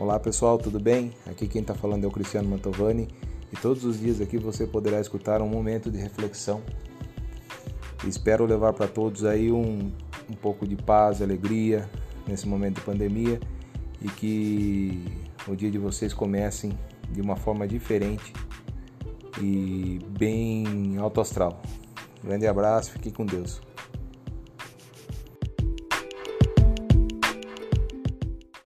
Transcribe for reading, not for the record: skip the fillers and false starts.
Olá pessoal, tudo bem? Aqui quem está falando é o Cristiano Mantovani e todos os dias aqui você poderá escutar um momento de reflexão. Espero levar para todos aí um pouco de paz e alegria nesse momento de pandemia e que o dia de vocês comecem de uma forma diferente e bem alto astral. Grande abraço, fique com Deus.